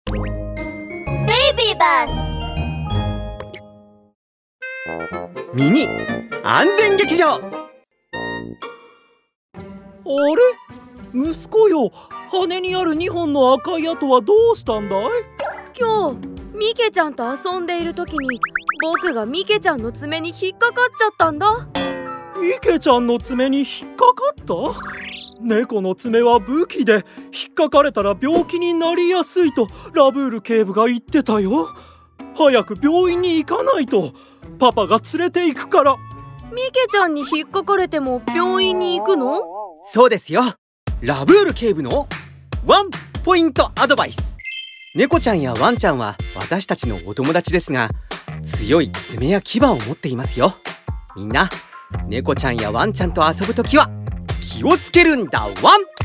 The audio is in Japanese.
ベイビーバスミニ安全劇場。 あれ、息子よ、羽にある2本の赤い跡はどうしたんだい？ 今日ミケちゃんと遊んでいる時に僕がミケちゃんの爪に引っかかっちゃったんだ。 ミケちゃんの爪に引っかかった？猫の爪は武器で、引っかかれたら病気になりやすいとラブール警部が言ってたよ。早く病院に行かないと。パパが連れて行くから。 ミケちゃんに引っかかれても病院に行くの？ そうですよ。ラブール警部のワンポイントアドバイス。猫ちゃんやワンちゃんは私たちのお友達ですが、強い爪や牙を持っていますよ。みんな猫ちゃんやワンちゃんと遊ぶときは気をつけるんだワン。